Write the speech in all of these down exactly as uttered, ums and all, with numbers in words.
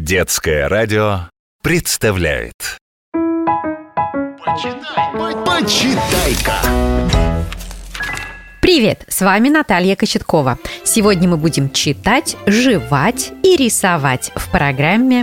Детское радио представляет Почитай, почитай-ка. Привет, с вами Наталья Кочеткова. Сегодня мы будем читать, жевать и рисовать в программе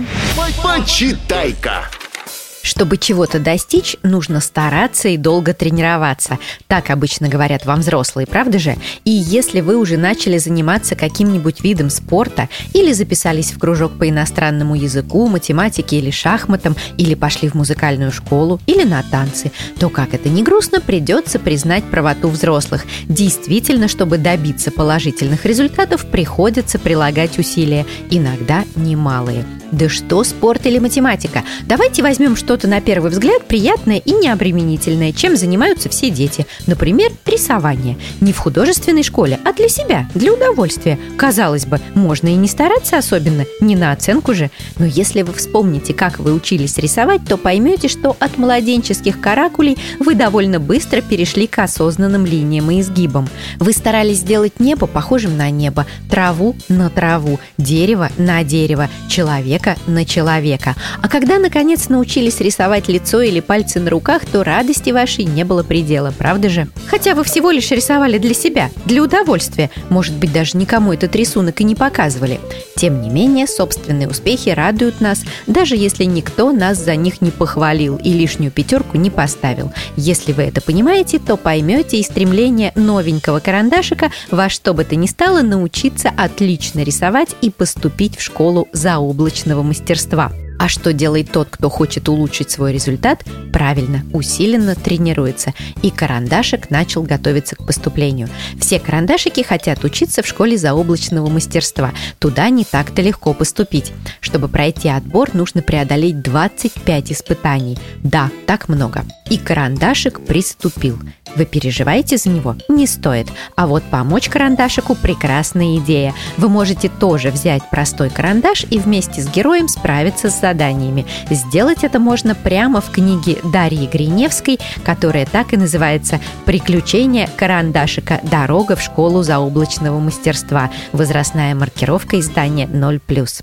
Почитай-ка. Чтобы чего-то достичь, нужно стараться и долго тренироваться. Так обычно говорят вам взрослые, правда же? И если вы уже начали заниматься каким-нибудь видом спорта или записались в кружок по иностранному языку, математике или шахматам, или пошли в музыкальную школу, или на танцы, то, как это ни грустно, придется признать правоту взрослых. Действительно, чтобы добиться положительных результатов, приходится прилагать усилия, иногда немалые. Да что спорт или математика? Давайте возьмем что-то на первый взгляд приятное и необременительное, чем занимаются все дети. Например, рисование. Не в художественной школе, а для себя, для удовольствия. Казалось бы, можно и не стараться особенно, не на оценку же. Но если вы вспомните, как вы учились рисовать, то поймете, что от младенческих каракулей вы довольно быстро перешли к осознанным линиям и изгибам. Вы старались сделать небо похожим на небо, траву на траву, дерево на дерево, человека на человека. А когда, наконец, научились рисовать лицо или пальцы на руках, то радости вашей не было предела, правда же? Хотя вы всего лишь рисовали для себя, для удовольствия. Может быть, даже никому этот рисунок и не показывали. Тем не менее, собственные успехи радуют нас, даже если никто нас за них не похвалил и лишнюю пятерку не поставил. Если вы это понимаете, то поймете и стремление новенького карандашика во что бы то ни стало научиться отлично рисовать и поступить в школу заоблачного мастерства. А что делает тот, кто хочет улучшить свой результат? Правильно, усиленно тренируется. И карандашик начал готовиться к поступлению. Все карандашики хотят учиться в школе заоблачного мастерства. Туда не так-то легко поступить. Чтобы пройти отбор, нужно преодолеть двадцать пять испытаний. Да, так много. И карандашик приступил. Вы переживаете за него? Не стоит. А вот помочь карандашику – прекрасная идея. Вы можете тоже взять простой карандаш и вместе с героем справиться с заданиями. Сделать это можно прямо в книге Дарьи Гриневской, которая так и называется «Приключения карандашика. Дорога в школу заоблачного мастерства». Возрастная маркировка издания ноль плюс.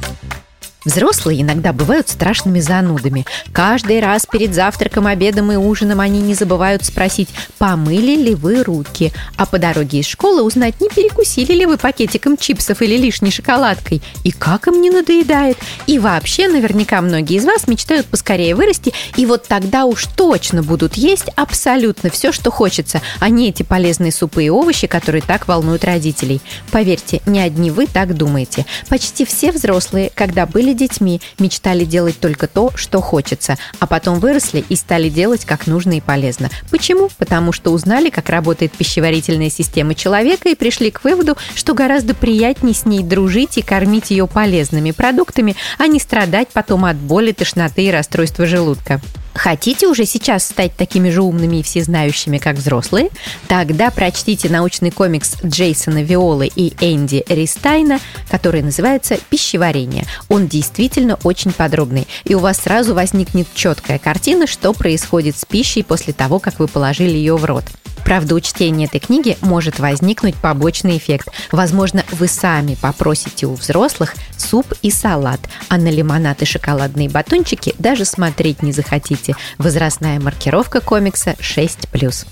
Взрослые иногда бывают страшными занудами. Каждый раз перед завтраком, обедом и ужином они не забывают спросить, помыли ли вы руки, а по дороге из школы узнать, не перекусили ли вы пакетиком чипсов или лишней шоколадкой, и как им не надоедает. И вообще, наверняка многие из вас мечтают поскорее вырасти, и вот тогда уж точно будут есть абсолютно все, что хочется, а не эти полезные супы и овощи, которые так волнуют родителей. Поверьте, не одни вы так думаете. Почти все взрослые, когда были детьми, мечтали делать только то, что хочется, а потом выросли и стали делать как нужно и полезно. Почему? Потому что узнали, как работает пищеварительная система человека и пришли к выводу, что гораздо приятнее с ней дружить и кормить ее полезными продуктами, а не страдать потом от боли, тошноты и расстройства желудка. Хотите уже сейчас стать такими же умными и всезнающими, как взрослые? Тогда прочтите научный комикс Джейсона Виолы и Энди Ристайна, который называется «Пищеварение». Он действительно очень подробный, и у вас сразу возникнет четкая картина, что происходит с пищей после того, как вы положили ее в рот. Правда, у чтения этой книги может возникнуть побочный эффект. Возможно, вы сами попросите у взрослых суп и салат, а на лимонад и шоколадные батончики даже смотреть не захотите. Возрастная маркировка комикса шесть плюс.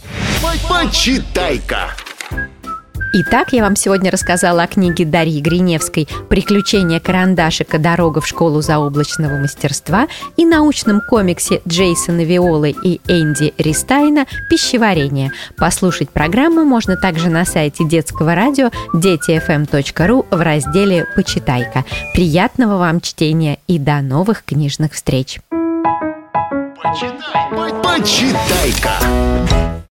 Почитай-ка. Итак, я вам сегодня рассказала о книге Дарьи Гриневской «Приключения карандашика. Дорога в школу заоблачного мастерства» и научном комиксе Джейсона Виолы и Энди Ристайна «Пищеварение». Послушать программу можно также на сайте детского радио дети эф эм точка ру в разделе «Почитай-ка». Приятного вам чтения и до новых книжных встреч! Почитай, почитай-ка.